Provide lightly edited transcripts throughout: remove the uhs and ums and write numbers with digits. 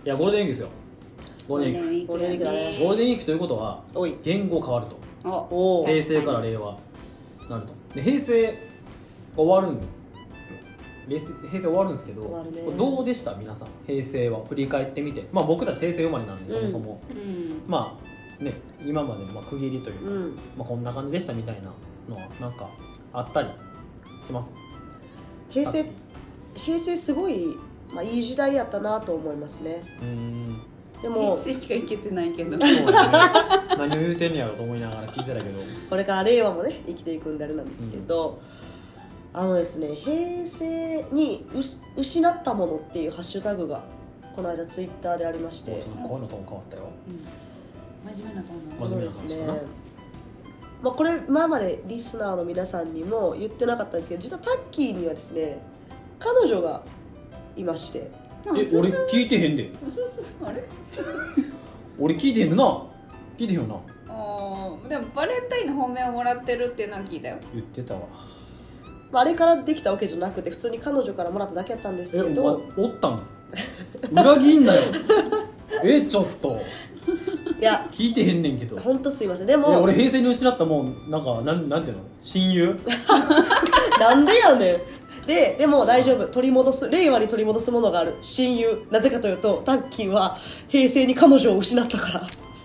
やゴールデンウィークですよ。ゴールデンウィーク。 ゴールデンウィークだね。 ゴールデンウィークということはおい言語変わると。 お平成から令和なると。で平成終わるんです。平成終わるんですけど、 終わるね。 どうでした皆さん平成は振り返ってみて。まあ僕たち平成生まれなんでそもそも、まあね今までの区切りというか、まあこんな感じでしたみたいなのはなんかあったりします？ 平成すごい、まあ、いい時代やったなと思いますね。でも平成しか行けてないけどそうですね、何を言うてんねやろと思いながら聞いてたけどこれから令和もね生きていくんであれなんですけど、ですね、平成に失ったものっていうハッシュタグがこの間ツイッターでありまして、 ちょっと声のトーン変わったよ、 真面目なトーン真面目な話かな。 まあ、これ今までリスナーの皆さんにも言ってなかったんですけど、実はタッキーにはですね彼女がいまして。 俺聞いてへんであれ俺聞いてへんでな。聞いてへんよな。 でもバレンタインの褒めをもらってるっていうのは聞いたよ。 言ってたわ。 まあ、あれからできたわけじゃなくて普通に彼女からもらっただけやったんですけど。 おったん裏切んなよちょっといや聞いてへんねんけど。 本当すいません。でも俺平成に失ったもんなんかなんていうの親友なんでやねん。でも大丈夫、取り戻す、令和に取り戻すものがある。親友。なぜかというとタッキーは平成に彼女を失ったから終わ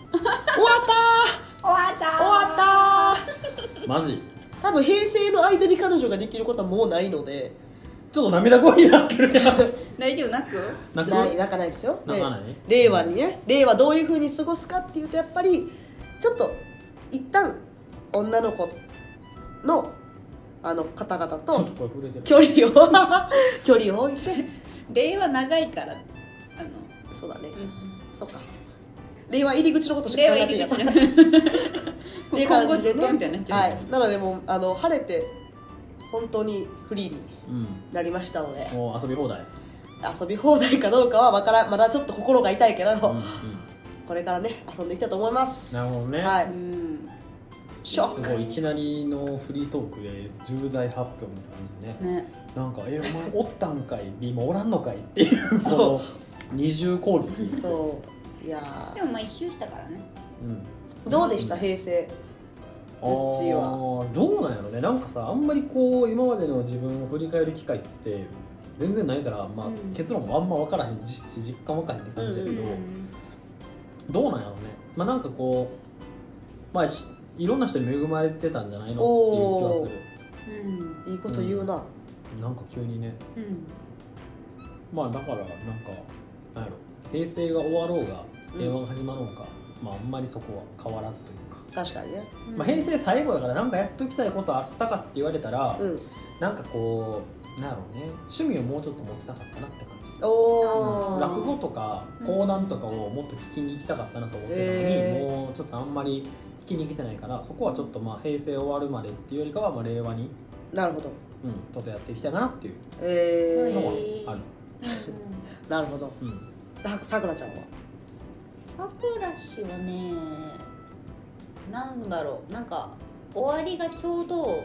ったマジ多分平成の間に彼女ができることはもうないので。 ちょっと涙声になってるやん大丈夫？泣泣かないですよ。 泣かない。 令和にね、令和どういう風に過ごすかっていうとやっぱりちょっと一旦女の子の方々と距離を置いて令和長いからそうだね、そうか、令和入り口のことしか考えてなかったっていう感じでね。はい、なのでもう晴れて本当にフリーになりましたので、 もう遊び放題かどうかはまだちょっと心が痛いけど、これからね遊んでいきたいと思います。 なるほどね。 はい。ショック。 すごいいきなりのフリートークで重大発表みたいな感じでね。なんかお前おったんかい今おらんのかいっていうこの二重攻撃。 そういやでも一周したからね。 どうでした平成？うちはどうなんやろね。なんかさあんまりこう今までの自分を振り返る機会って全然ないから、まあ結論もあんま分からへんし実感分からへんって感じだけど、どうなんやろね。まあなんかこうまあいろんな人に恵まれてたんじゃないのっていう気はする。 いいこと言うな。 なんか急にね。まあだからなんかなんやろ平成が終わろうが令和が始まろうか、まああんまりそこは変わらずというか。 確かにね。 まあ平成最後だからなんかやっときたいことあったかって言われたら、なんかこうなんやろうね趣味をもうちょっと持ちたかったなって感じ。落語とか講談とかをもっと聞きに行きたかったなと思ってたのに、もうちょっとあんまり聞きに来てないから、そこはちょっとまあ平成終わるまでっていうよりかはまあ令和になるほど、 ちょっとやっていきたいかなっていうのはある。 なるほど。さくらちゃんは？ さくら氏はね、なんだろう、なんか終わりがちょうど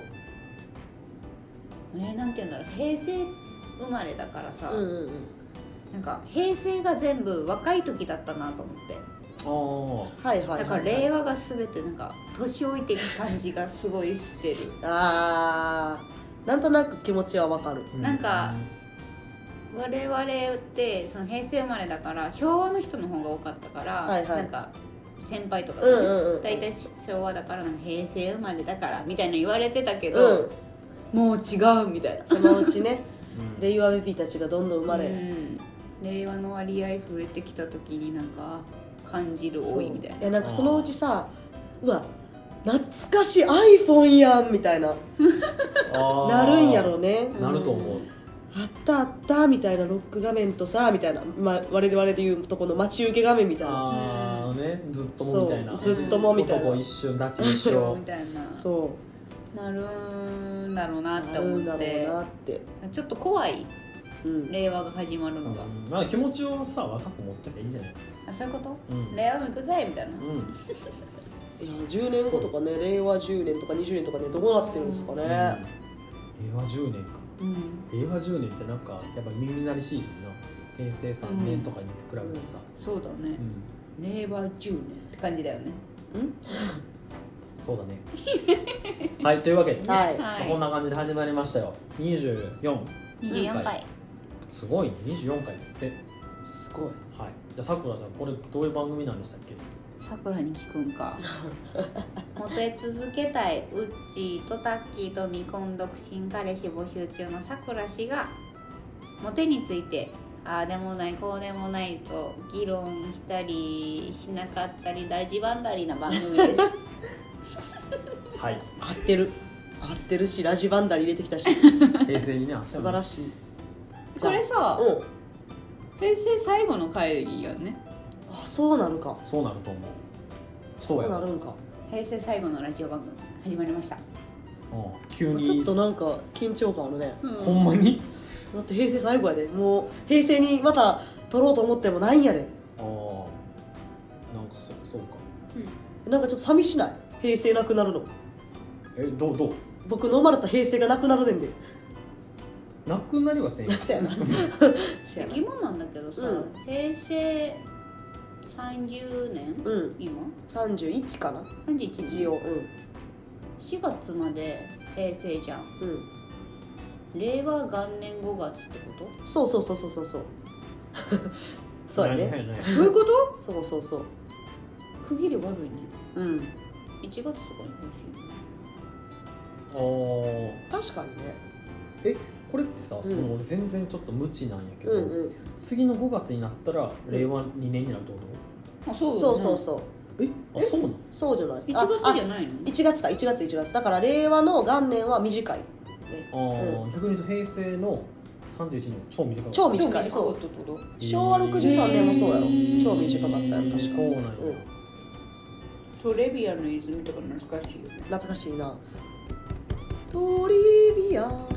なんていうんだろう、平成生まれだからさ、なんか平成が全部若い時だったなと思って。だから令和が全てなんか年老いていく感じがすごいしてる。 なんとなく気持ちはわかる。 なんか我々ってその平成生まれだから昭和の人の方が多かったから、なんか先輩とか大体昭和だからなんか平成生まれだからみたいな言われてたけど、もう違うみたいな。 そのうちね令和ベビーたちがどんどん生まれ、 令和の割合増えてきた時になんか感じる多いみたいな。いやなんかそのうちさ、うわ懐かしい iPhone やんみたいななるんやろね。 なると思う。 あったあったみたいなロック画面とさみたいな、我々でいうとこの待ち受け画面みたいな。 ずっともみたいな。 ずっともみたいな。 男一瞬立ち一生みたいな。 そうなるんだろうなって思って。ちょっと怖い。令和が始まるのが。 まあ気持ちをさ若く持ってていいんじゃない？ そういうこと？令和も行くぜみたいな。 いや10年後とかね、令和10年とか20年とかね、どうなってるんですかね。令和10年か。令和10年ってなんかやっぱ耳鳴りしいな。 平成3年とかに比べてさ、 そうだね、令和10年って感じだよね。 そうだねはいというわけで、 はいこんな感じで始まりましたよ。24 回すごいね、24回ですって。 すごい。 はい、じゃあさくらちゃんこれどういう番組なんでしたっけ？ さくらに聞くんかモテ続けたいうっちーとタッキーと未婚独身彼氏募集中のさくら氏がモテについてああでもないこうでもないと議論したりしなかったりラジバンダリな番組ですはい合ってるしラジバンダリ入れてきたし平成にね素晴らしい。 これさ平成最後の会議やね。 あ、そうなるか。 そうなると思う。 そうなるんか。 平成最後のラジオ番組始まりました。 急にちょっとなんか緊張感あるね、 ほんまにだって平成最後やで。もう平成にまた撮ろうと思ってもないんやで。 なんかそうか、 なんかちょっと寂しない？平成なくなるの。 どう僕の生まれた平成がなくなるねんで。 なくなりはせんよそうやな疑問なんだけどさ、平成30年、今 31かな、 31 一応、 4月まで平成じゃん、令和元年5月ってこと？ そうそうやね。 どういうこと？ そう区切り悪いね。1月とかに欲しい。確かにね。これってさ、俺全然ちょっと無知なんやけど、次の5月になったら令和2年になるってこと？ そうそうなの？ そうじゃない。 1月じゃないの ？1月か、1月だから令和の元年は短い、ね。 逆に言うと平成の31年は超短い。 超短い。そう。昭和63年もそうやろ。超短かったやろ確か。 そうなんや。 トレビアの泉とか懐かしいよね。 懐かしいな。トリビアか。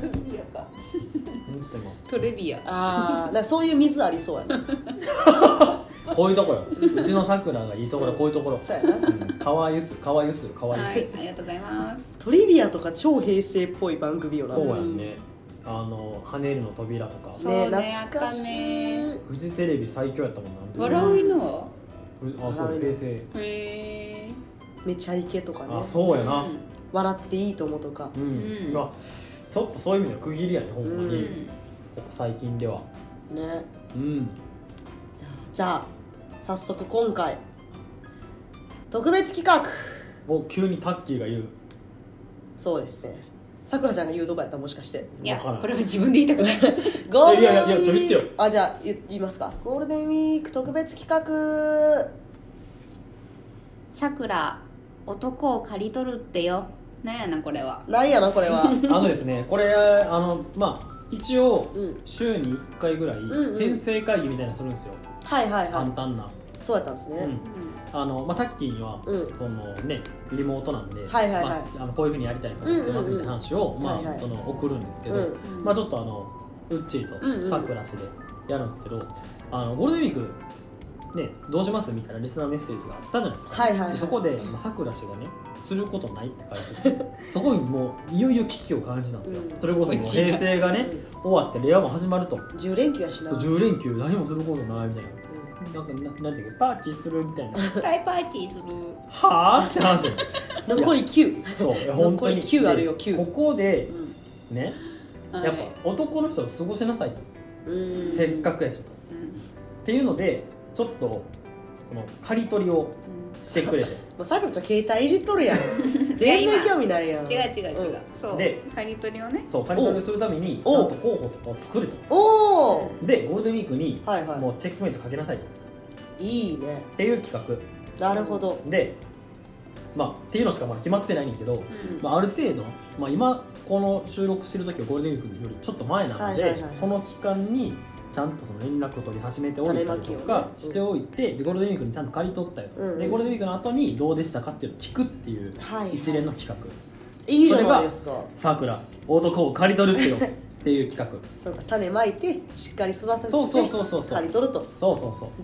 トレビア。 なんかそういう水ありそうやな。 こういうところうちのさくらがいいところこういうところ。 そうやな。 かわゆする。 はい、ありがとうございます。 トリビアとか超平成っぽい番組よな。 そうやね。跳ねるの扉とか。 ね、懐かしい。 フジテレビ最強やったもんな。 笑うの？ そう平成。 めちゃイケとかね。 そうやな。 笑っていいと思うとか。 ちょっとそういう意味では区切りやね、ほんまに。ここ最近ではね。じゃあ早速今回特別企画。 もう急にタッキーが言う。 そうですね。さくらちゃんが言うとこやったらもしかして。 いや、これは自分で言いたくない。 ゴールデンウィーク。 いやちょ言ってよ。 じゃあ言いますか。ゴールデンウィーク特別企画。 さくら、男を刈り取るってよ。なんやなこれは。 ですね、これ一応週に1回ぐらい編成会議みたいなのするんですよ。簡単な。 そうやったんですね。 タッキーにはそのねリモートなんで、こういうふうにやりたいと思ってますみたいな話を送るんですけど、ちょっとうっちーとさくらしでやるんですけど、ゴールデンウィークね、どうしますみたいなリスナーメッセージがあったじゃないですか。そこでさくら氏がねすることないって書いててそこにもういよいよ危機を感じたんですよ。それこそもう平成がね終わって令和も始まると。 10連休やしな。 そう10連休何もすることないみたいな。なんていうかパーティーするみたいな。 大パーティーする。 はぁって話。 残り9。 そう本当に 9あるよ9。 ここでねやっぱ男の人と過ごしなさいと。せっかくやしと。っていうので。ちょっとその刈り取りをしてくれて。 さくらちゃん携帯いじっとるやん。全然興味ないやん。 違う。そうで刈り取りをね。 そう刈り取りをするためにちゃんと候補とかを作れと。でゴールデンウィークにもうチェックメイトかけなさいと。 いいね。 っていう企画。なるほど。 でっていうのしかまだ決まってないねんけど、ある程度今この収録してる時はゴールデンウィークよりちょっと前なので、この期間にちゃんとその連絡を取り始めておいたりとかしておいて、でゴールデンウィークにちゃんと刈り取ったよと、でゴールデンウィークの後にどうでしたかっていうのを聞くっていう一連の企画、 いいじゃないですか。 さくら男を刈り取るってよっていう企画。 そうか、種まいてしっかり育ててそう刈り取ると。 そう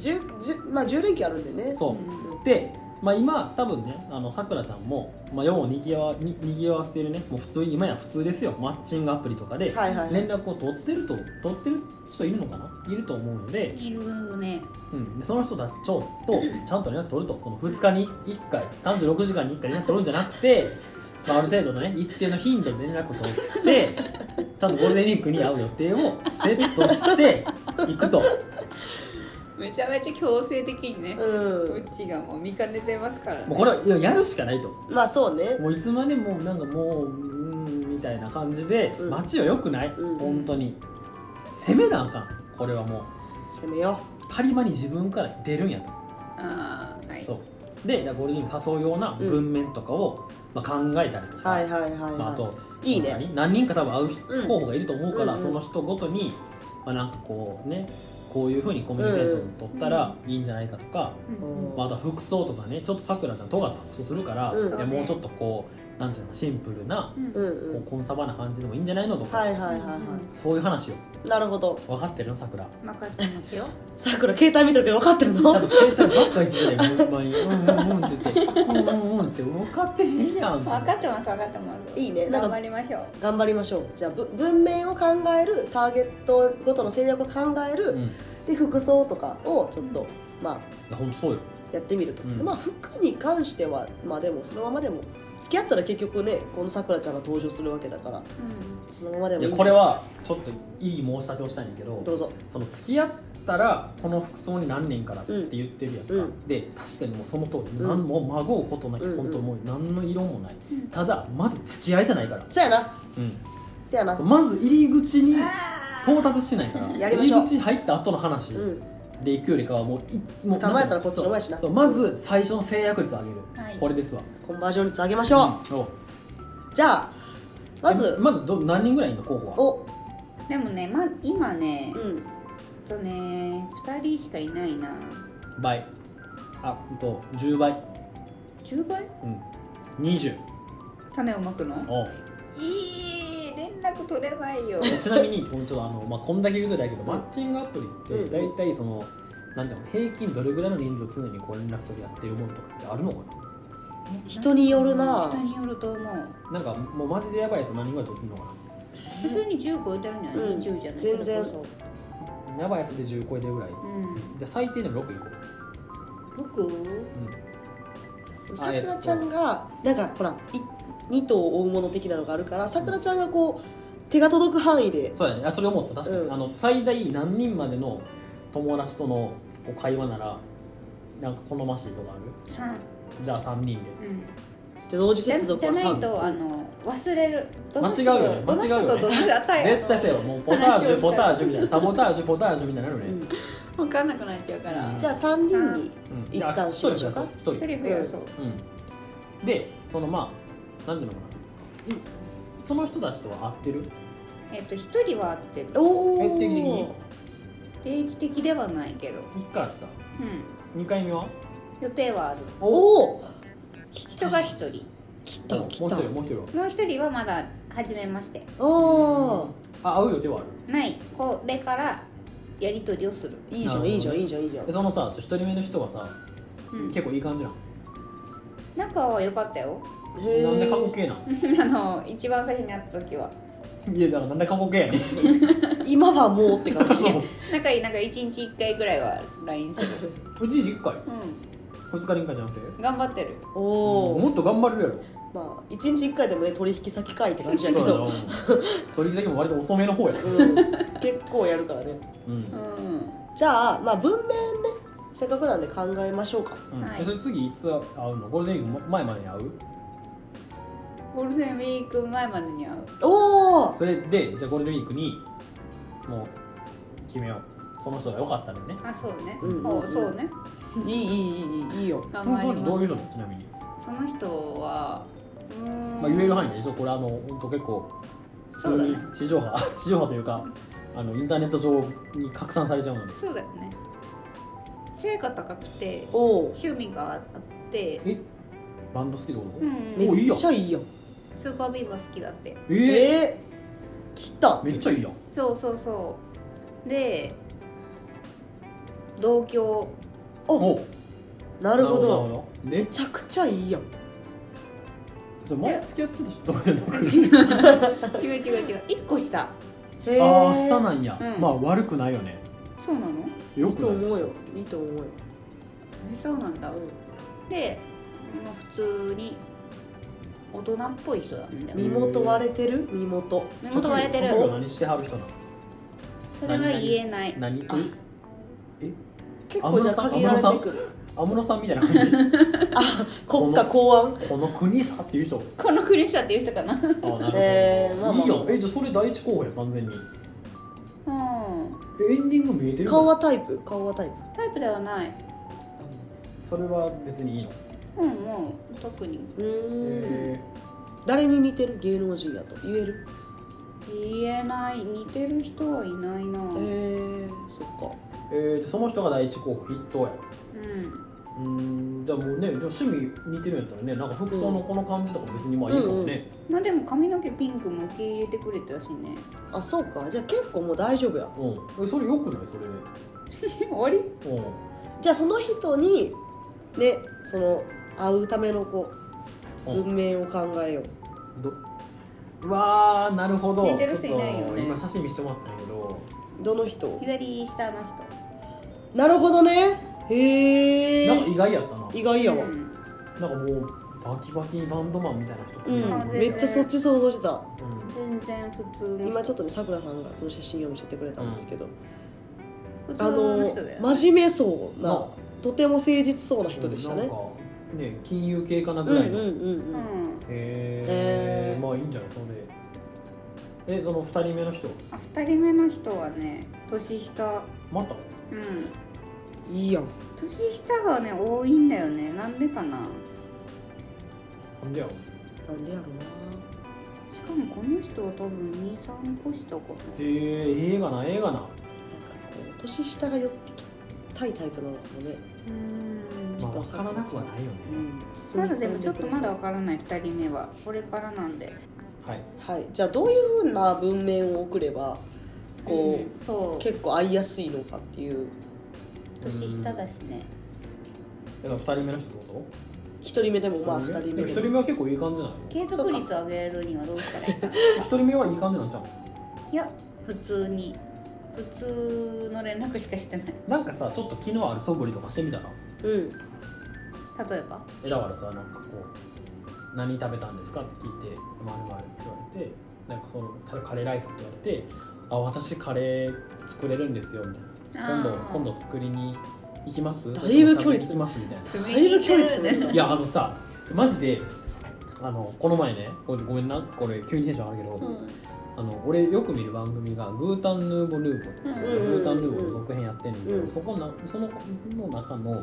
10連休あるんでね。 そうで今多分ねさくらちゃんも、世をにぎわわせているね、もう普通今や普通ですよ、マッチングアプリとかで連絡を取ってる人いるのかな、いると思うので、 いるね、 でその人たちとちゃんと連絡取ると、その2日に1回36時間に1回連絡取るんじゃなくて、ある程度のね一定の頻度で連絡取ってちゃんとゴールデンウィークに会う予定をセットしていくと。 めちゃめちゃ強制的にね、うちがもう見かねてますからね。 もうこれはやるしかないと。 まあそうね、 もういつまでもなんかもうみたいな感じで、街は良くない、本当に攻めなあかん。これはもう攻めよう仮場に自分から出るんやと。そうでゴールデンウィーク誘うような文面とかを、考えたりとか、あといいね、何人か多分会う候補がいると思うから、その人ごとに、なんかこうね、こういうふうにコミュニケーション取ったらいいんじゃないかとか、あとは服装とかね、ちょっとさくらちゃん尖った服装するから、いやもうちょっとこうなんていうの、シンプルな、こうコンサバな感じでもいいんじゃないのとか、そういう話を。 なるほど。 分かってるのさくら。 分かってますよ。 さくら携帯見てるけど分かってるの？ ちゃんと携帯ばっかりしてるよ、ほんまにって言ってって分かってへんやん。 分かってます分かってます。 いいね。 頑張りましょう。 頑張りましょう。じゃあ文面を考える、ターゲットごとの戦略を考える、で服装とかをちょっと本当そうよ。 やってみると。で服に関してはでもそのままでも。付き合ったら結局ね、このさくらちゃんが登場するわけだから、そのままでもいい。 これはちょっといい申し立てをしたいんだけど、 どうぞ。 その付き合ったらこの服装に何年からって言ってるやんか、で確かにもうその通り、何もまごうことなき、本当もう何の色もない、ただまず付き合えてないから。 そうやな、そうやな。 まず入り口に到達してないから、 やりましょう。 入り口入った後の話で行くよりかはもう捕まえたらこっちの前しな。 まず最初の制約率を上げる、これですわ。 コンバージョン率上げましょう。じゃあまず何人ぐらいの候補は？ でもね、今ね、ちょっとね2人しかいないな。 倍、10倍。 10倍 ？20。 種をまくの？連絡取れないよ。 ちなみにちょっとこんだけ言うとだけど、マッチングアプリって大体そのなんだろう、平均どれぐらいの人数常にこう連絡取り合ってるものとかってあるのかな？ 人によるな。 人によると思う。 なんかもうマジでやばいやつ何人ぐらい取ってるのかな？ 普通に10超えてるんじゃない？20じゃない？ 全然やばいやつで10超えてるぐらい。じゃあ最低でも6いこう。さくらちゃんがなんかほら2頭追うもの的なのがあるから、さくらちゃんがこう手が届く範囲で。 そうやね。それ思った。確かに、最大何人までの友達との会話ならなんか好ましいとかある？じゃあ3人で。 じゃあ同時接続は3。 じゃないと忘れる。 間違うよね。絶対そうよ。もうポタージュみたいな、サボタージュみたいなのね。 分かんなくなっちゃうから。 じゃあ3人に一旦しましょうか。 1人増やそう。 でそのなんていうのかな、その人たちとは会ってる ？1人は会ってる。 定期的に？ 定期的ではないけど。 1回あった。2回目は？ 予定はある。人が1人。 来た。 もう1 人はまだ初めまして。 会う予定はある？ない。 これからやり取りをする。 いいじゃん。 そのさ、1人目の人はさ、結構いい感じなの？ 仲は良かったよ。 なんで過去形なの？一番最初に会った時は。 いやだからなんで過去形やねん。 今はもうって感じ。 仲いい。なんか1日1回ぐらいは LINE する。 1日1回？2日に1回じゃなくて？ 頑張ってる。 もっと頑張れるやろ。 1日1回でもね、取引先会って感じやけど取引先も割と遅めの方や。 結構やるからね。じゃあ文面ね、せっかくなんで考えましょうか。 それ次いつ会うの？ゴールデンウィーク前までに会う？ ゴールデンウィーク前までに会う。 それでじゃあゴールデンウィークにもう決めよう。その人が良かったのね。 そうね。そうね。 いいよ。 その人どういう人なの？ちなみに。 その人は言える範囲でこれ本当結構普通に地上波というかインターネット上に拡散されちゃうので。 そうだよね。背が高くて趣味があって。 バンド好きってこと？ めっちゃいいよ。 スーパービーバー好きだって。 来た。 めっちゃいいやん。 そうで同居。 なるほど。めちゃくちゃいいやん。 前付き合ってた人とかじゃなくて？ 違う1個下。 ああ下なんや、まあ悪くないよね。 そうなの？ よくない？ いいと思うよ。いいと思うよ。 そうなんだ。で、まあ普通に大人っぽい人なんだよ。 身元割れてる？身元割れてる。 何してはる人なの？ それは言えない。 何？ 結構じゃあ限られてくる。 安室さんみたいな感じ。 国家公安。 この国さっていう人。 この国さっていう人かな。 なるほど。いいやん。じゃあそれ第一候補や完全に。エンディング見えてる？ 顔はタイプ？顔はタイプ？ タイプではない。 それは別にいいの？ もう特に。 誰に似てる芸能人やと言える？ 言えない。似てる人はいないな。 そっか。 その人が第一候補筆頭や。じゃあもうね、でも趣味似てるんやったらね、なんか服装のこの感じとか別にまあいいかもね。 まあでも髪の毛ピンクも受け入れてくれたしね。 あ、そうか。じゃあ結構もう大丈夫や。 それよくない？それで終わり？ じゃあその人にね、その会うためのこう文面を考えよう。うわー、なるほど。 似てる人いないよね。 今写真見せてもらったんやけど、 どの人？ 左下の人。 なるほどね。へえ。 なんか意外やったな。 意外やわ。 なんかもうバキバキバンドマンみたいな人。 めっちゃそっち想像してた。 全然普通の。 今ちょっとね、さくらさんがその写真を見せてくれたんですけど、 普通の人だよ。 真面目そうな、とても誠実そうな人でしたね。 なんかね、金融系かなぐらいの。まあいいんじゃないそれ。その2人目の人。 2人目の人はね、年下。 また？ いいやん。 年下がね多いんだよね。なんでかな。 なんでやろ。 なんでやろな。 しかもこの人は多分2、3個下かな。 ええがな。なんかこう年下が寄ってきたいタイプなのかもね。 ちょっと分からなくはないよね。 まだでもちょっとまだ分からない。2人目はこれからなんで。 はい。じゃあどういう風な文面を送ればこう結構会いやすいのかっていう。 年下だしね。 だから2人目の人ってこと？ 1人目でもまあ2人目でも。 1人目は結構いい感じなの？ 継続率を上げるにはどうしたらいいか。 1人目はいい感じなんじゃん？ いや、普通の連絡しかしてない。 なんかさ、ちょっと気のある素振りとかしてみたら？ 例えば？ だからさ、なんかこう何食べたんですかって聞いて「まるまる」って言われて、なんかそのカレーライスって言われて「あ、私カレー作れるんですよ」みたいな。今度作りに行きます？ だいぶ距離行きますみたいな。 だいぶ距離つね。 いやさ、マジでこの前ね、ごめんな、これ急にテンション上がるけど、俺よく見る番組がグータンヌーボヌーボってグータンヌーボの続編やってんねんけど、その中の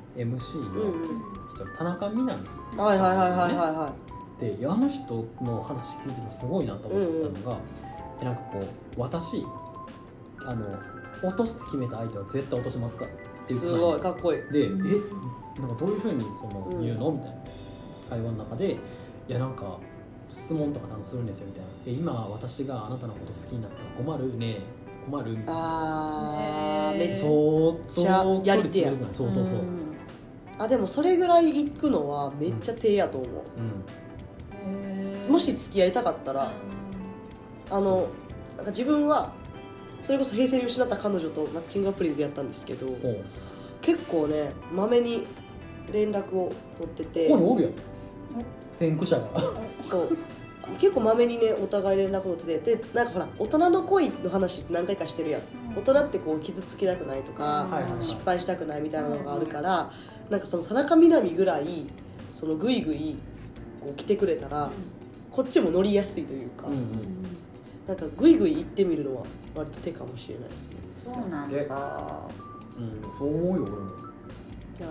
MC の人、田中みな実。で、あの人の話聞いててすごいなと思ったのが、なんかこう私落とすって決めた相手は絶対落としますかっていうすごいかっこいい。 で、なんかどういうふうに言うのみたいな会話の中で、いやなんか質問とかするんですよみたいな。今私があなたのこと好きになったら困るね、困るみたいな。 めっちゃやり手や。 そう。 でもそれぐらい行くのはめっちゃ手やと思う。もし付き合いたかったら、なんか自分はそれこそ平成に失った彼女とマッチングアプリでやったんですけど、結構ねまめに連絡を取ってて。 ここにおるやん、先駆者が。 そう結構まめにねお互い連絡を取ってて、でなんかほら大人の恋の話って何回かしてるやん。大人ってこう傷つきたくないとか、失敗したくないみたいなのがあるから、なんかその田中みな実ぐらいそのグイグイこう来てくれたら、こっちも乗りやすいというか、なんかグイグイ行ってみるのは割と手かもしれないですね。 そうなんだ。 そう思うよ俺も。 いや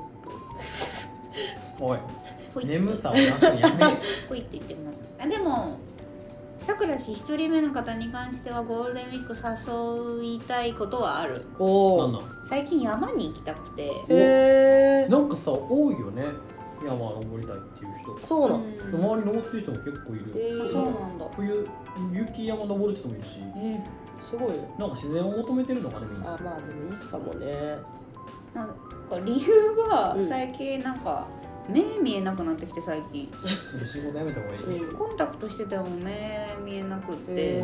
おい、眠さを出すのやめよ。 ほいって言ってます。でもさくら氏1人目の方に関してはゴールデンウィーク誘いたいことはある。最近山に行きたくて。 なんかさ多いよね、山登りたいっていう人。 そうなん。 周り登ってる人も結構いる。 そうなんだ。 冬雪山登る人もいるし、 すごい。 なんか自然を求めてるのかねみんな。 まあでもいいかもね。 なんか理由は最近なんか目見えなくなってきて最近仕事やめた方がいい、 コンタクトしてても目見えなくって、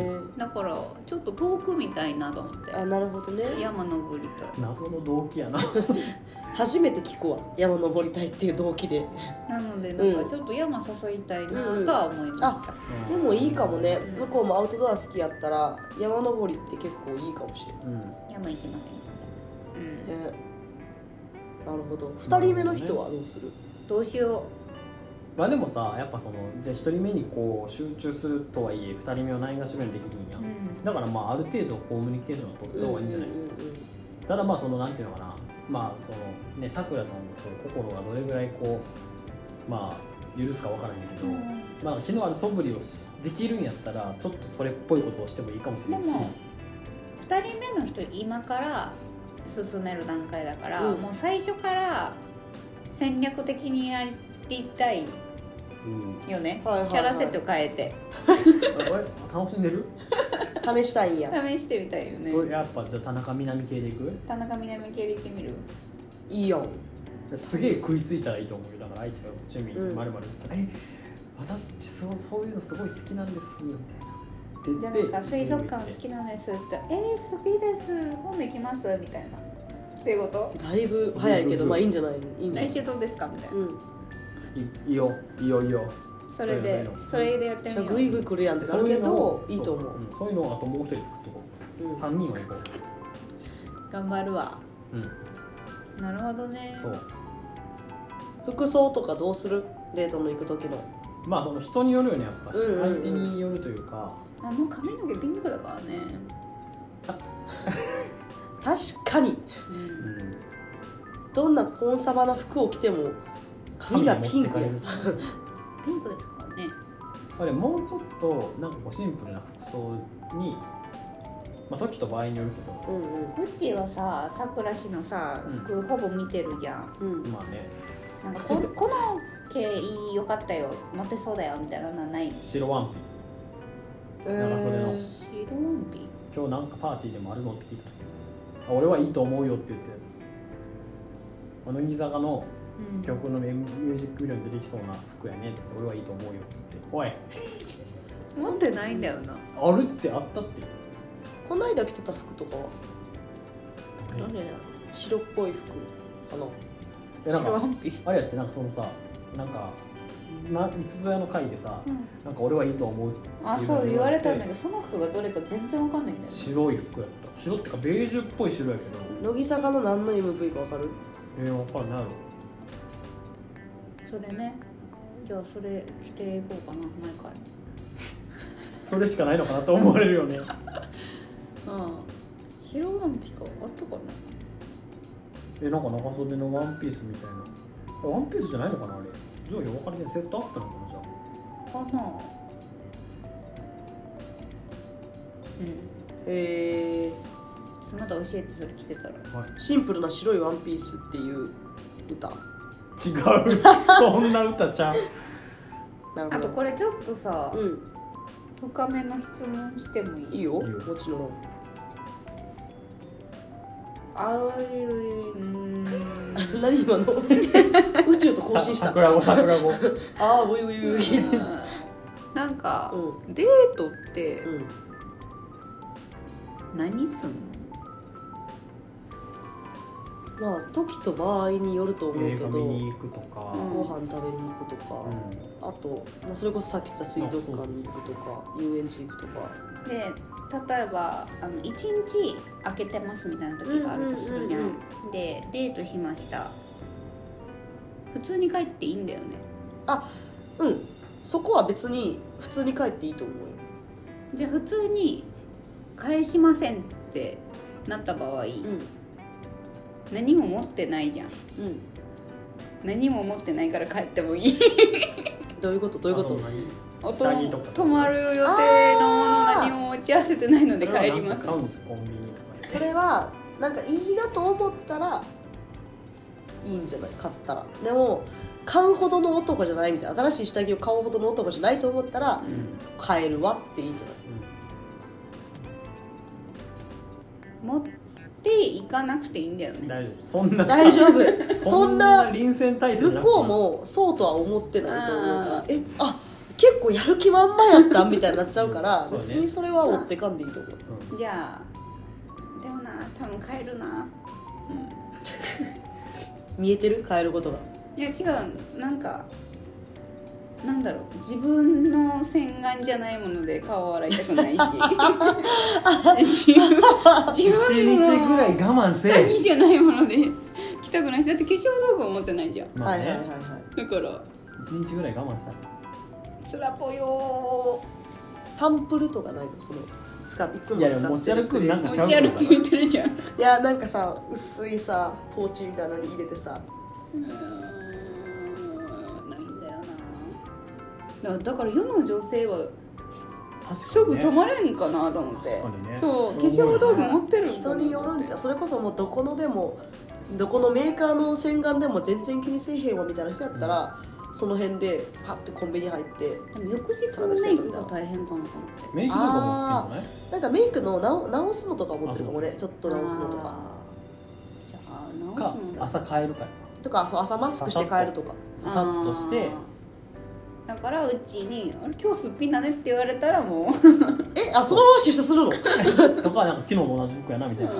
だからちょっと遠くみたいなと思って。 あ、なるほどね。 山登りたい。 謎の動機やな初めて聞くわ、山登りたいっていう動機で。 なのでなんかちょっと山誘いたいなとは思いました、 でもいいかもね、向こうもアウトドア好きやったら山登りって結構いいかもしれない、 山行きません、 なるほど。2人目の人はどうする？ どうしよう。まあでもさ、やっぱそのじゃあ1人目にこう集中するとはいえ2人目はないがしろにできるんや、だからまあある程度コミュニケーションを取った方がいいんじゃない、ただまあそのなんていうのかな、まあそのね、さくらちゃんの心がどれぐらいこうまあ許すか分からへんけど、まあ日のある素振りをできるんやったらちょっとそれっぽいことをしてもいいかもしれないし。でも 2人目の人今から進める段階だから、もう最初から戦略的にやりたいよね、キャラセット変えて楽しんでる試したいんや。 試してみたいよね。 やっぱじゃあ田中みな実系でいく？ 田中みな実系でいってみる？ いいよ。 すげえ食いついたらいいと思うよ。だから相手が趣味まるまる言ったら、私そういうのすごい好きなんですみたいな。 じゃあなんか水族館好きなんですって好きです今度行きますみたいなっていうこと？ だいぶ早いけど、まあいいんじゃない？いいんじゃない？ 来週どうですかみたいな。 いいよ。 それでやってみよう。 じゃあグイグイ来るやんってなるけどいいと思う。 そういうのをあともう一人作っとこう。3人は行こう。頑張るわ。なるほどね。 そう。 服装とかどうする？デートの行く時の。 まあその人によるよね、やっぱ相手によるというか。 もう髪の毛ピンクだからね。 確かに。どんなコンサバな服を着ても髪がピンクや。 ピンクですからね。 あれもうちょっとなんかこうシンプルな服装に、まあ時と場合によるけど。 うちはさ、さくら氏のさ服ほぼ見てるじゃん。 まあね。 なんかこの毛いいよかったよ、モテそうだよみたいなのはない？ 白ワンピ。なんかそれの。 白ワンピ。 今日なんかパーティーでもあるのって聞いた時、俺はいいと思うよって言ったやつ。乃木坂の曲のミュージックビデオに出てきそうな服やねって俺はいいと思うよっつって、おい持ってないんだよな。 あるってあったって。 この間着てた服とかは何や、白っぽい服かな。 白ワンピあれやって、なんかそのさ、なんかいつぞやの回でさ、なんか俺はいいと思うってそう言われたんだけど、その服がどれか全然わかんないんだよね。 白い服やった。白ってかベージュっぽい白やけど。乃木坂の何の MV かわかる？ わかんないやろ。 それね、じゃあそれ着ていこうかな、毎回。 それしかないのかなと思われるよね。 白ワンピかあったかな。 なんか長袖のワンピースみたいな。ワンピースじゃないのかなあれ。上下分かれてるセットアップなのかなじゃあ。 かな。また教えて、それ着てたら。 シンプルな白いワンピースっていう歌。 違う。そんな歌ちゃう。 あとこれちょっとさ、深めの質問してもいい？ いいよ、もちろん。何今の？宇宙と交信した。 桜語。 ああ、ウイウイウイ。 なんか、デートって、何すんの？ まあ時と場合によると思うけど、 映画見に行くとか、 ご飯食べに行くとか、あと、まあ、それこそさっき言った水族館に行くとか、遊園地行くとかで、例えば1日空けてますみたいな時があるとするじゃん。でデートしました、普通に帰っていいんだよね。 そこは別に普通に帰っていいと思うよ。 じゃあ普通に返しませんってなった場合、何も持ってないじゃん。何も持ってないから帰ってもいい。 どういうこと？ 下着とか泊まる予定のもの何も持ち合わせてないので帰ります。 それはなんかいいなと思ったらいいんじゃない？買ったら。でも買うほどの男じゃないみたいな、新しい下着を買うほどの男じゃないと思ったら、買えるわっていいんじゃない？ 持っていかなくていいんだよね。 大丈夫。そんな大丈夫。 そんな臨戦態勢向こうもそうとは思ってないと思うから結構やる気満々やったみたいになっちゃうから別にそれは追ってかんでいいと思う。 じゃあでもな多分変えるな。 見えてる変えることが。 いや違う、なんかなんだろう、自分の洗顔じゃないもので顔を洗いたくないし自分 1日ぐらい我慢せえ。 下着じゃないもので着たくないし、だって化粧道具を持ってないじゃん。 まあね、 だから 1日ぐらい我慢したい。 つらぽよー。サンプルとかないの？そのいつも使ってる。 いや持ち歩くなんかちゃう持ち歩く言ってるじゃん。いやなんかさ薄いさポーチみたいなのに入れてさ。 ないんだよな。だから世の女性はすぐ止まれんかなと思って。 確かにね。 そう化粧道具持ってる。 人によるんじゃ。それこそもうどこのでもどこのメーカーの洗顔でも全然気にせえへんわみたいな人やったら、その辺でパッてコンビニ入って。 でも翌日のメイクが大変かなと思って。 メイクとか持ってんじゃない？ なんかメイクの直すのとか持ってるかもね。ちょっと直すのとか。 じゃあ直すのだ。 朝変えるから。 とかそう朝マスクして帰るとかささっとして。 だからうちに「あれ今日すっぴんだね」って言われたらもうそのまま出社するのとかなんか昨日と同じ服やなみたいな。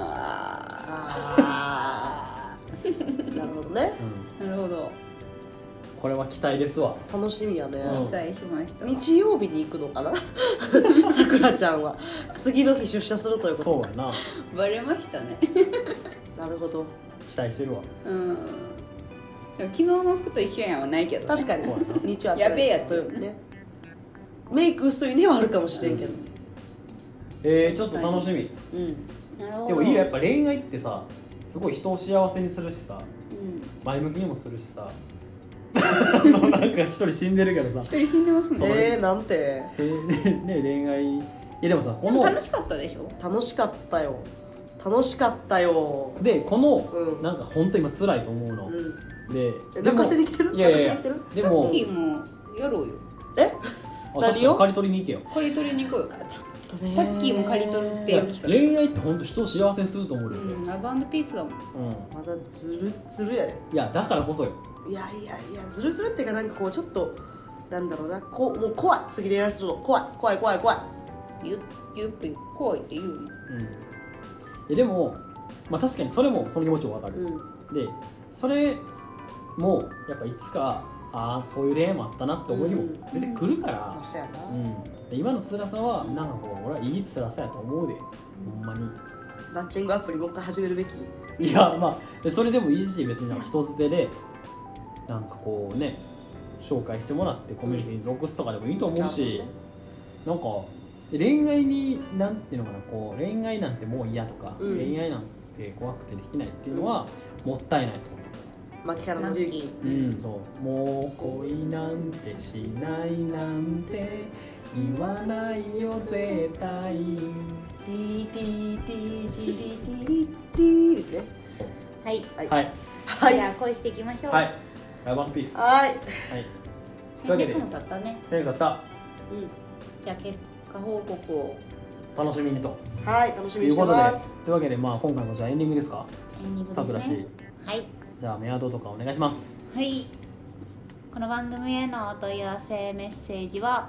なるほどね、 なるほど。 これは期待ですわ。 楽しみやね。 期待しました。 日曜日に行くのかなさくらちゃんは次の日出社するということ。 そうやな。 バレましたねなるほど、 期待してるわ。 でも昨日の服と一緒やんはないけど、ね、 確かに日曜やべえやつね。メイク薄いねはあるかもしれんけど、 ちょっと楽しみ。 なるほど。 でもいいよ、やっぱ恋愛ってさすごい人を幸せにするしさ、前向きにもするしさなんか一人死んでるけどさ。 一人死んでますね。 なんてね恋愛。いやでもさ、この楽しかったでしょ。 楽しかったよ楽しかったよ。 でこの、なんか本当今辛いと思うの、で泣かせに来てる。 いやいやでもタッキーもやろうよ。 何を借り取りに行けよ。 借り取りに行こうよ。 ちょっとねタッキーも借り取るっていう企画。 恋愛って本当人を幸せにすると思うよ。 ラブ&ピースだもん。 まだずるずるやで。 いやだからこそよ。 いやずるずるっていうかなんかこうちょっとなんだろうな、もう怖い。次恋愛するの怖い怖い怖い怖い。 怖いって言うの。 でも、まあ、確かにそれもその気持ちも分かる、でそれもやっぱいつかそういう恋愛もあったなって思いにも絶対来るから、で今の辛さはなんかこう俺はいい辛さやと思うで、ほんまに。 マッチングアプリもう一回始めるべき。 いやまあそれでもいいし、別になんか人づてでなんかこうね紹介してもらってコミュニティに属すとかでもいいと思うし、なんか恋愛になんていうのかな、こう恋愛なんてもう嫌とか、恋愛なんて怖くてできないっていうのはもったいないと思う。 牧原の勇気。 そうもう恋なんてしないなんて言わないよ絶対。 ティーティーティーティーティーティーですね。 はいじゃあ恋していきましょう。 はいラブ&ピース。 はい戦略も立ったね。 戦略立った。 じゃあ結果報告を楽しみにと。 楽しみにしてます。 というわけで今回もじゃあエンディングですか。 エンディングですね。 さくらし。 はい。 じゃあメアドとかお願いします。 はい。この番組へのお問い合わせメッセージは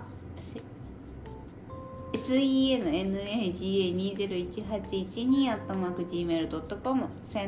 sennaga201812@gmail.com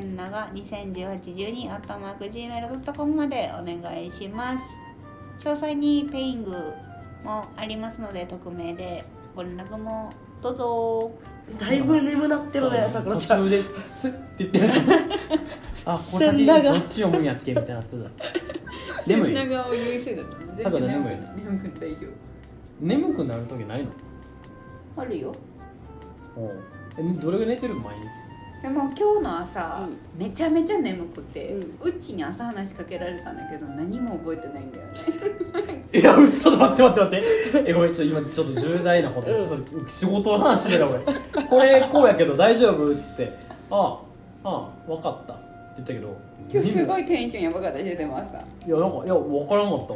sennaga201812@gmail.com までお願いします。詳細にペイングもありますので匿名でご連絡もどうぞ。 だいぶ眠なってるね、さくらちゃん。 途中ですって言ってこれ先どっち読むんやっけみたいなっちゃった。眠い。 sennagaを優勢だった。 さくらちゃん眠い。 眠く大丈夫。 眠くなる時ないの？ あるよ。 どれぐらい寝てる毎日？ でも今日の朝、めちゃめちゃ眠くて、うちに朝話しかけられたんだけど何も覚えてないんだよね。 いやちょっと待ってごめん、今ちょっと重大なこと、仕事の話してた俺。これこうやけど大丈夫っつって分かったって言ったけど、 今日すごいテンションやばかったでしょ。でも朝分からんかった。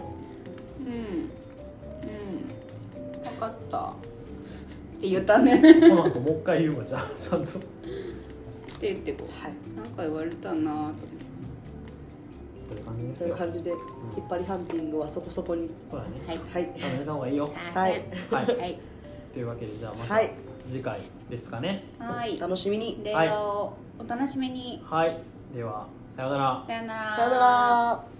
分かったって言ったね。 この後もう一回言うわ、じゃあちゃんとって言ってこう、何か言われたなと思って。 じですよ。 そういう感じで、引っ張りハンティングはそこそこに。 そうだね。 はい。 やめた方がいいよ。 はい。 はい。というわけでじゃあまた次回ですかね。 はい。 楽しみに。 令和をお楽しみに。 はい。ではさようなら。 さようなら。 さようなら。